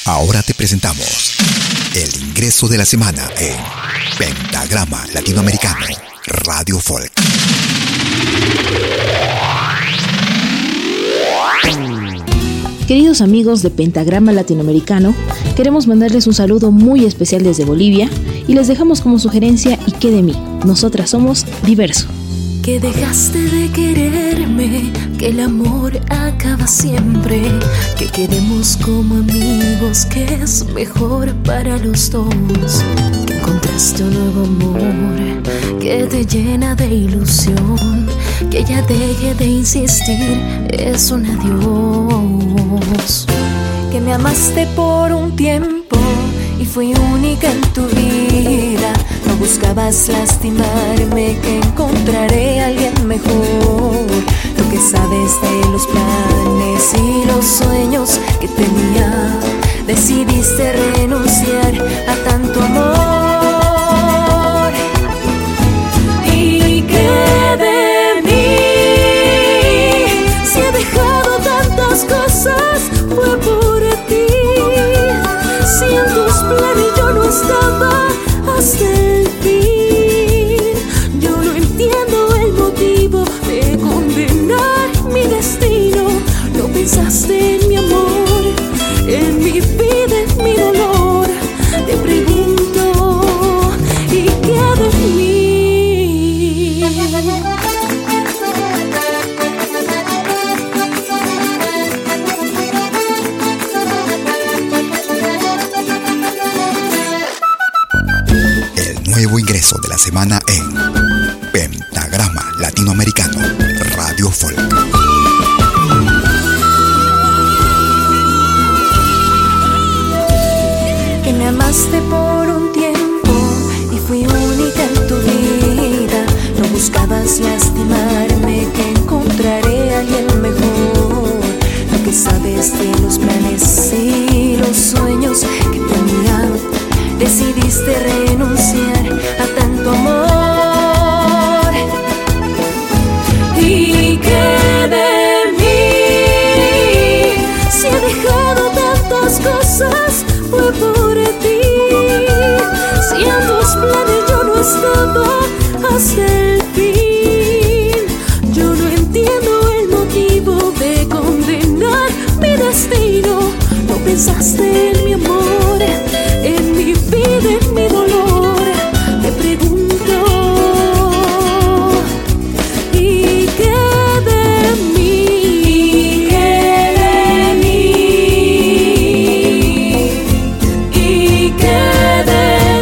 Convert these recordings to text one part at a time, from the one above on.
Ahora te presentamos el ingreso de la semana en Pentagrama Latinoamericano, Radio Folk. Queridos amigos de Pentagrama Latinoamericano, queremos mandarles un saludo muy especial desde Bolivia y les dejamos como sugerencia ¿Y qué de mí? Nosotras somos Diverso. Que dejaste de quererme, que el amor acaba siempre, que quedemos como amigos, que es mejor para los dos, que encontraste un nuevo amor que te llena de ilusión, que ya deje de insistir, es un adiós. Que me amaste por un tiempo y fui única en tu vida. No buscabas lastimarme, que encontraré a alguien mejor. Lo que sabes de los planes y los sueños que tenía, decidiste renunciar a tanto amor. ¿Y qué de mí? Si he dejado tantas cosas, fue por ti. Si en tus planes yo no estaba hasta el fin, yo no entiendo el motivo de condenar mi destino. No pensaste en mi amor, en mi vida, en mi dolor. Te pregunto, ¿y qué de mí? Nuevo ingreso de la semana en Pentagrama Latinoamericano, Radio Folk. Que me amaste por un tiempo y fui única en tu vida. No buscabas lastimarme, que encontraré a alguien mejor. Lo que sabes de los planes y los sueños que tenía, decidiste renunciar a tanto amor. ¿Y qué de mí? Si he dejado tantas cosas, fue por ti. Si en tus planes yo no estaba hasta el fin, yo no entiendo el motivo de condenar mi destino. No pensaste en mi amor, en mi vida, en mi dolor. Te pregunto, ¿y qué de mí? ¿Qué de mí? ¿Y qué de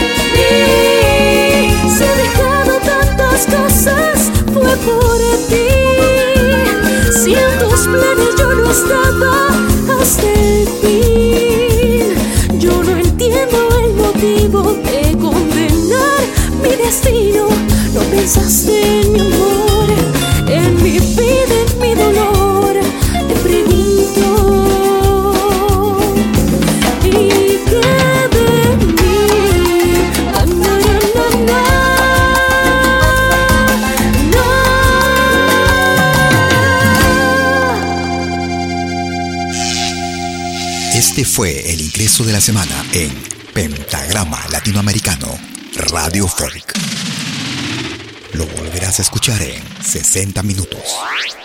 mí? Si he dejado tantas cosas, fue por ti. Si en tus planes yo no estaba hasta el fin, yo no entiendo el motivo de condenar mi destino. No pensaste en mi amor, en mi vida, en mi dolor. Te pregunto, ¿y qué de mí? Na, na, na, na, Este fue el ingreso de la semana en Pentagrama Latinoamericano, Radio Folk. Lo volverás a escuchar en 60 minutos.